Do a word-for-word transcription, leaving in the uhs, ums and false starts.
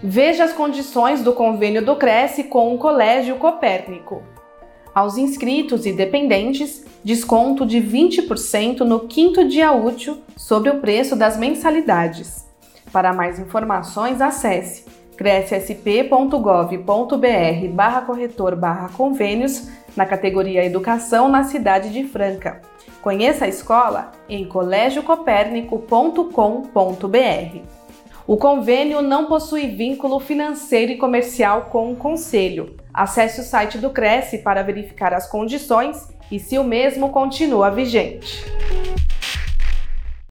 Veja as condições do convênio do Cresce com o Colégio Copérnico. Aos inscritos e dependentes, desconto de vinte por cento no quinto dia útil sobre o preço das mensalidades. Para mais informações, acesse crescsp ponto gov ponto br barra corretor barra convênios na categoria Educação na cidade de Franca. Conheça a escola em colégio copérnico ponto com ponto br. O convênio não possui vínculo financeiro e comercial com o Conselho. Acesse o site do Cresce para verificar as condições e se o mesmo continua vigente.